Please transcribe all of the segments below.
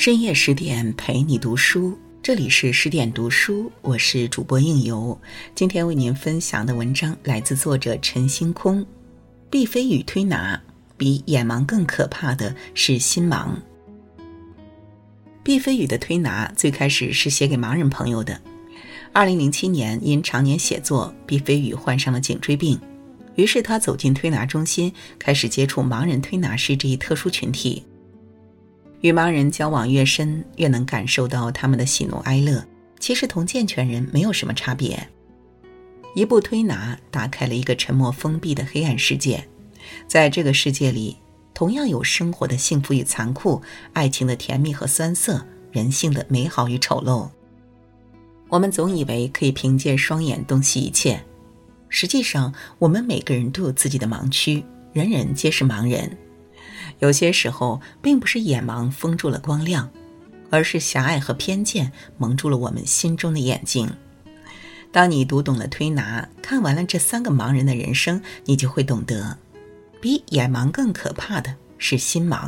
深夜10点陪你读书，这里是10点读书，我是主播应由。今天为您分享的文章来自作者陈星空。毕飞宇推拿，比眼盲更可怕的是心盲。毕飞宇的推拿最开始是写给盲人朋友的。2007年因常年写作，毕飞宇患上了颈椎病，于是他走进推拿中心，开始接触盲人推拿师这一特殊群体。与盲人交往越深，越能感受到他们的喜怒哀乐，其实同健全人没有什么差别。一部推拿打开了一个沉默封闭的黑暗世界，在这个世界里，同样有生活的幸福与残酷，爱情的甜蜜和酸涩，人性的美好与丑陋。我们总以为可以凭借双眼洞悉一切，实际上我们每个人都有自己的盲区，人人皆是盲人。有些时候并不是眼盲封住了光亮，而是狭隘和偏见蒙住了我们心中的眼睛。当你读懂了推拿，看完了这3个盲人的人生，你就会懂得，比眼盲更可怕的是心盲。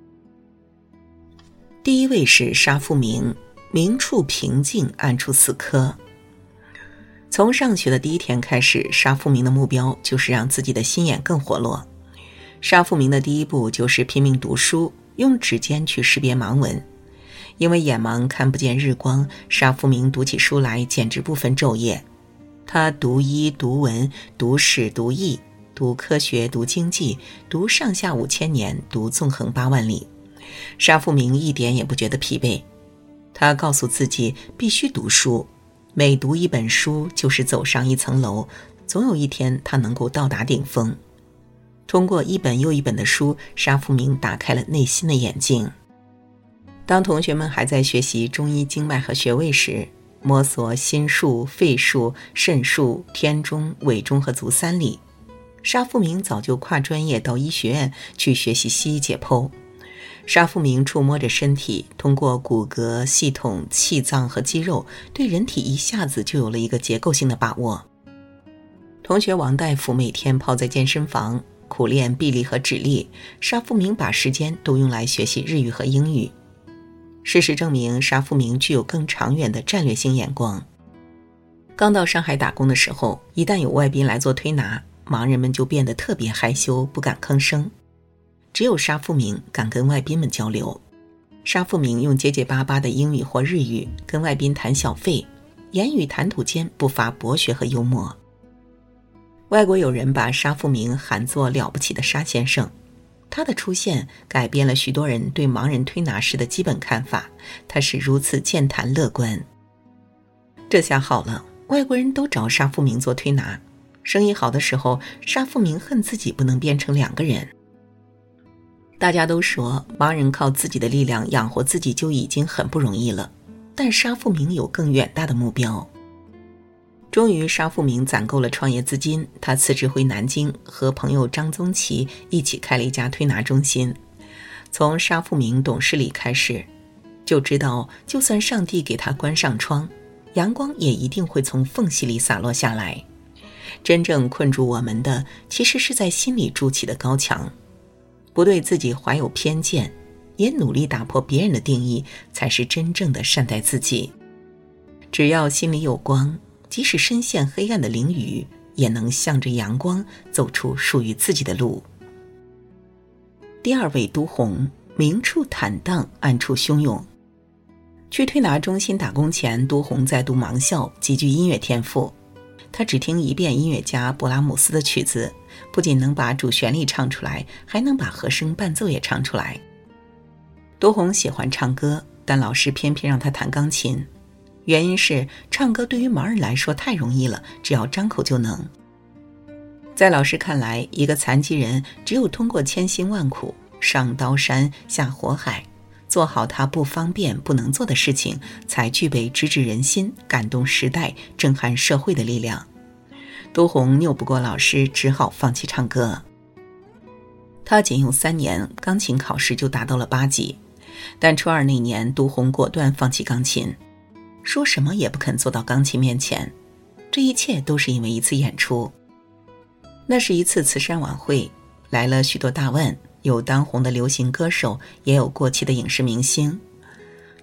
第一位是沙富明，明处平静，暗处死磕。从上学的第一天开始，沙富明的目标就是让自己的心眼更活络。沙富明的第一步就是拼命读书，用指尖去识别盲文。因为眼盲看不见日光，沙富明读起书来简直不分昼夜。他读医、读文、读史、读易，读科学、读经济，读上下5000年，读纵横8万里。沙富明一点也不觉得疲惫。他告诉自己必须读书，每读一本书就是走上一层楼，总有一天他能够到达顶峰。通过一本又一本的书，沙富明打开了内心的眼睛。当同学们还在学习中医经脉和穴位时，摸索心术、肺术、肾术、天中、尾中和足三里，沙富明早就跨专业到医学院去学习西医解剖。沙富明触摸着身体，通过骨骼、系统、气脏和肌肉，对人体一下子就有了一个结构性的把握。同学王大夫每天泡在健身房苦练臂力和指力，沙富明把时间都用来学习日语和英语。事实证明，沙富明具有更长远的战略性眼光。刚到上海打工的时候，一旦有外宾来做推拿，盲人们就变得特别害羞，不敢吭声。只有沙富明敢跟外宾们交流。沙富明用结结巴巴的英语或日语跟外宾谈小费，言语谈吐间不乏博学和幽默。外国友人把沙富明喊作了不起的沙先生，他的出现改变了许多人对盲人推拿师的基本看法，他是如此健谈乐观。这下好了，外国人都找沙富明做推拿，生意好的时候，沙富明恨自己不能变成2个人。大家都说盲人靠自己的力量养活自己就已经很不容易了，但沙富明有更远大的目标。终于沙富明攒够了创业资金，他辞职回南京，和朋友张宗奇一起开了一家推拿中心。从沙富明懂事理开始，就知道就算上帝给他关上窗，阳光也一定会从缝隙里洒落下来。真正困住我们的，其实是在心里筑起的高墙。不对自己怀有偏见，也努力打破别人的定义，才是真正的善待自己。只要心里有光，即使身陷黑暗的囹圄，也能向着阳光走出属于自己的路。第二位都红，明处坦荡，暗处汹涌。去推拿中心打工前，都红在读盲校，极具音乐天赋。他只听一遍音乐家勃拉姆斯的曲子，不仅能把主旋律唱出来，还能把和声伴奏也唱出来。都红喜欢唱歌，但老师偏偏让他弹钢琴。原因是唱歌对于盲人来说太容易了，只要张口就能。在老师看来，一个残疾人只有通过千辛万苦，上刀山下火海，做好他不方便不能做的事情，才具备直指人心、感动时代、震撼社会的力量。都红拗不过老师，只好放弃唱歌。他仅用3年，钢琴考试就达到了8级，但初2那年，都红果断放弃钢琴，说什么也不肯坐到钢琴面前。这一切都是因为一次演出。那是一次慈善晚会，来了许多大腕，有当红的流行歌手，也有过气的影视明星。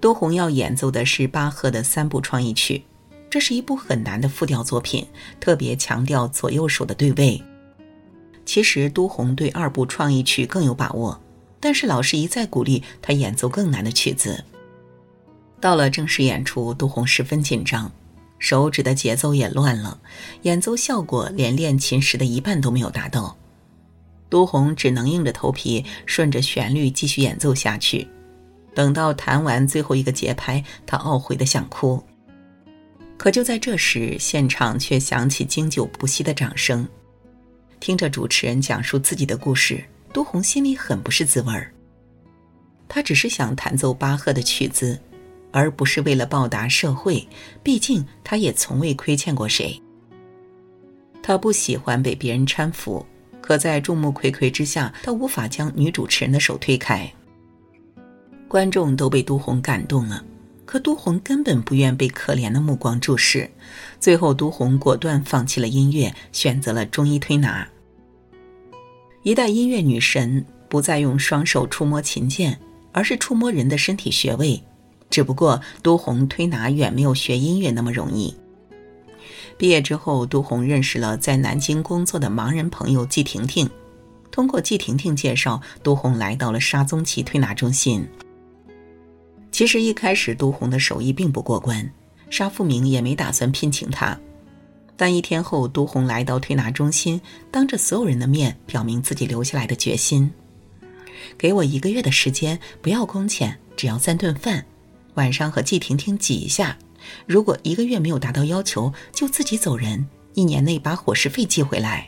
都宏要演奏的是巴赫的3部创意曲，这是一部很难的复调作品，特别强调左右手的对位。其实都宏对2部创意曲更有把握，但是老师一再鼓励他演奏更难的曲子。到了正式演出，都宏十分紧张，手指的节奏也乱了，演奏效果连练琴时的一半都没有达到。都宏只能硬着头皮顺着旋律继续演奏下去，等到弹完最后一个节拍，他懊悔得想哭。可就在这时，现场却响起经久不息的掌声。听着主持人讲述自己的故事，都宏心里很不是滋味儿。他只是想弹奏巴赫的曲子，而不是为了报答社会，毕竟他也从未亏欠过谁。他不喜欢被别人搀扶，可在众目睽睽之下，他无法将女主持人的手推开。观众都被都宏感动了，可都宏根本不愿被可怜的目光注视。最后都宏果断放弃了音乐，选择了中医推拿。一代音乐女神不再用双手触摸琴键，而是触摸人的身体穴位，只不过都宏推拿远没有学音乐那么容易。毕业之后，都宏认识了在南京工作的盲人朋友季婷婷，通过季婷婷介绍，都宏来到了沙宗奇推拿中心。其实一开始都宏的手艺并不过关，沙富明也没打算聘请他。但1天后，都宏来到推拿中心，当着所有人的面表明自己留下来的决心。给我1个月的时间，不要工钱，只要3顿饭，晚上和季婷婷挤一下，如果1个月没有达到要求，就自己走人，1年内把伙食费寄回来。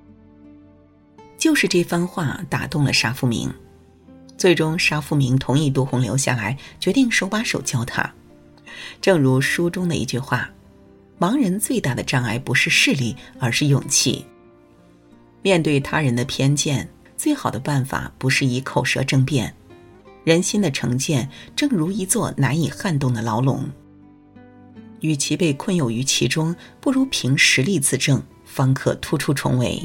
就是这番话打动了沙富明，最终沙富明同意都宏留下来，决定手把手教他。正如书中的一句话，盲人最大的障碍不是视力，而是勇气。面对他人的偏见，最好的办法不是以口舌争辩，人心的成见正如一座难以撼动的牢笼，与其被困囿于其中，不如凭实力自证，方可突出重围。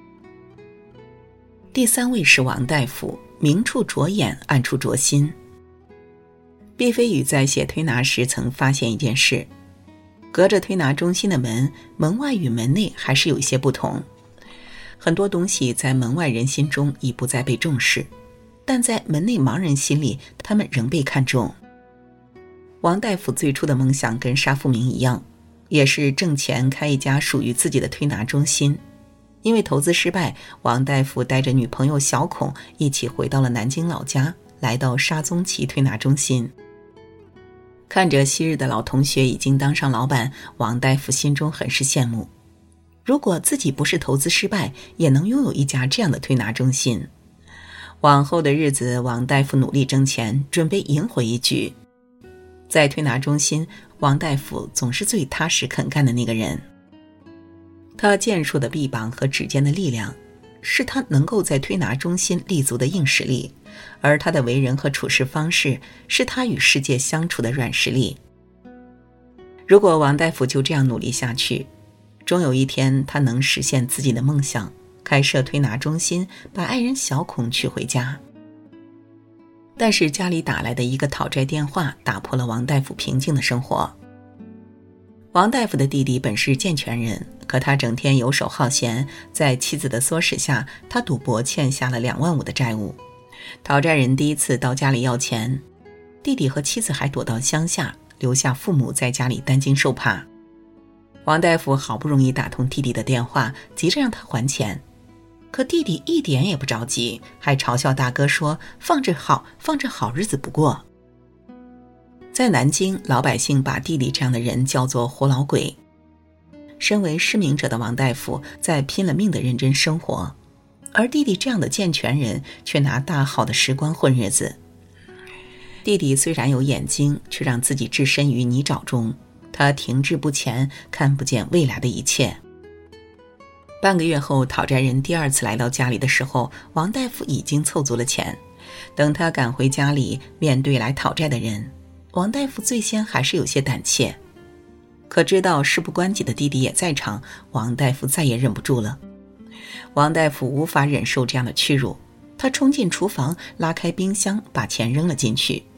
第3位是王大夫，明处着眼，暗处着心。毕飞宇在写推拿时曾发现一件事，隔着推拿中心的门，门外与门内还是有一些不同。很多东西在门外人心中已不再被重视，但在门内盲人心里，他们仍被看重。王大夫最初的梦想跟沙富明一样，也是挣钱开一家属于自己的推拿中心。因为投资失败，王大夫带着女朋友小孔一起回到了南京老家，来到沙宗奇推拿中心。看着昔日的老同学已经当上老板，王大夫心中很是羡慕。如果自己不是投资失败，也能拥有一家这样的推拿中心。往后的日子，王大夫努力挣钱，准备赢回一局。在推拿中心，王大夫总是最踏实肯干的那个人。他健硕的臂膀和指尖的力量，是他能够在推拿中心立足的硬实力，而他的为人和处事方式，是他与世界相处的软实力。如果王大夫就这样努力下去，终有一天他能实现自己的梦想，开设推拿中心，把爱人小孔娶回家。但是家里打来的一个讨债电话，打破了王大夫平静的生活。王大夫的弟弟本是健全人，可他整天游手好闲，在妻子的唆使下，他赌博欠下了2万5的债务。讨债人第一次到家里要钱，弟弟和妻子还躲到乡下，留下父母在家里担惊受怕。王大夫好不容易打通弟弟的电话，急着让他还钱，可弟弟一点也不着急，还嘲笑大哥说放着好日子不过。在南京，老百姓把弟弟这样的人叫做活老鬼。身为失明者的王大夫在拼了命的认真生活，而弟弟这样的健全人却拿大好的时光混日子。弟弟虽然有眼睛，却让自己置身于泥沼中，他停滞不前，看不见未来的一切。半个月后，讨债人第2次来到家里的时候，王大夫已经凑足了钱。等他赶回家里，面对来讨债的人，王大夫最先还是有些胆怯，可知道事不关己的弟弟也在场，王大夫再也忍不住了。王大夫无法忍受这样的屈辱，他冲进厨房，拉开冰箱，把钱扔了进去，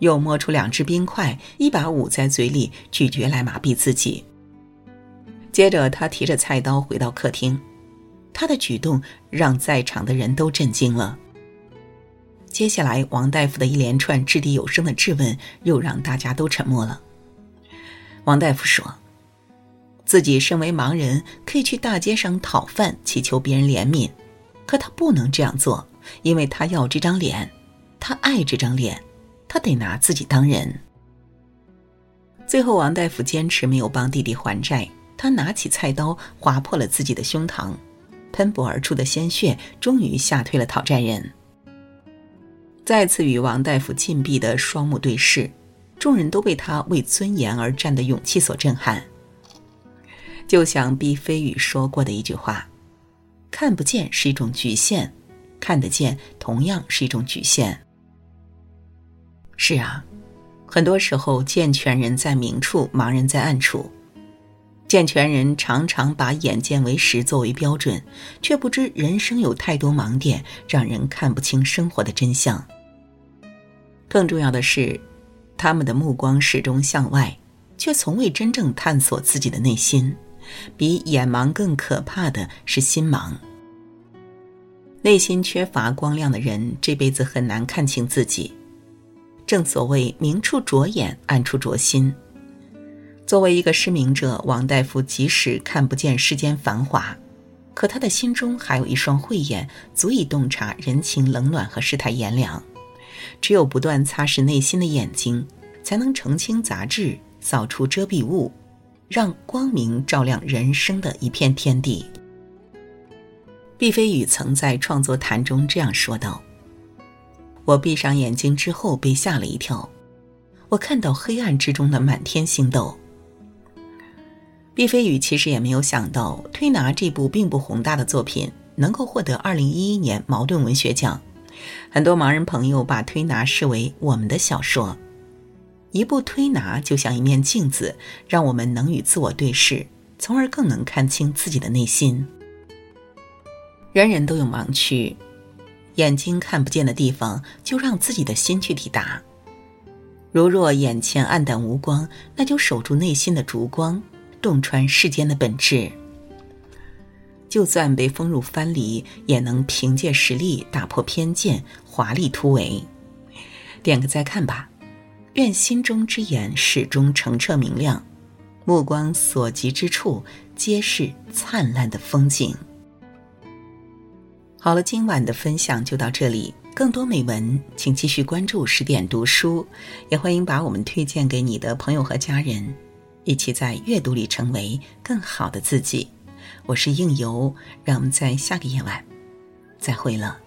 又摸出2只冰块，一把捂在嘴里，咀嚼来麻痹自己。接着他提着菜刀回到客厅，他的举动让在场的人都震惊了。接下来王大夫的一连串掷地有声的质问又让大家都沉默了。王大夫说，自己身为盲人可以去大街上讨饭，祈求别人怜悯，可他不能这样做，因为他要这张脸，他爱这张脸，他得拿自己当人。最后王大夫坚持没有帮弟弟还债，他拿起菜刀划破了自己的胸膛，喷薄而出的鲜血终于吓退了讨债人。再次与王大夫禁闭的双目对视，众人都被他为尊严而战的勇气所震撼。就像毕飞宇说过的一句话，看不见是一种局限，看得见同样是一种局限。是啊，很多时候健全人在明处，盲人在暗处。健全人常常把眼见为实作为标准，却不知人生有太多盲点，让人看不清生活的真相。更重要的是，他们的目光始终向外，却从未真正探索自己的内心。比眼盲更可怕的是心盲。内心缺乏光亮的人，这辈子很难看清自己。正所谓明处着眼，暗处着心。作为一个失明者，王大夫即使看不见世间繁华，可他的心中还有一双慧眼，足以洞察人情冷暖和世态炎凉。只有不断擦拭内心的眼睛，才能澄清杂质，扫除遮蔽物，让光明照亮人生的一片天地。毕飞宇曾在创作谈中这样说道，我闭上眼睛之后被吓了一跳，我看到黑暗之中的满天星斗。毕飞宇其实也没有想到，推拿这部并不宏大的作品能够获得2011年茅盾文学奖。很多盲人朋友把推拿视为我们的小说。一部推拿就像一面镜子，让我们能与自我对视，从而更能看清自己的内心。人人都有盲区，眼睛看不见的地方，就让自己的心去抵达。如若眼前暗淡无光，那就守住内心的烛光，洞穿世间的本质。就算被封入藩篱，也能凭借实力打破偏见，华丽突围。点个再看吧，愿心中之眼始终澄澈明亮，目光所及之处皆是灿烂的风景。好了，今晚的分享就到这里，更多美文请继续关注10点读书，也欢迎把我们推荐给你的朋友和家人，一起在阅读里成为更好的自己。我是应由，让我们在下个夜晚再会了。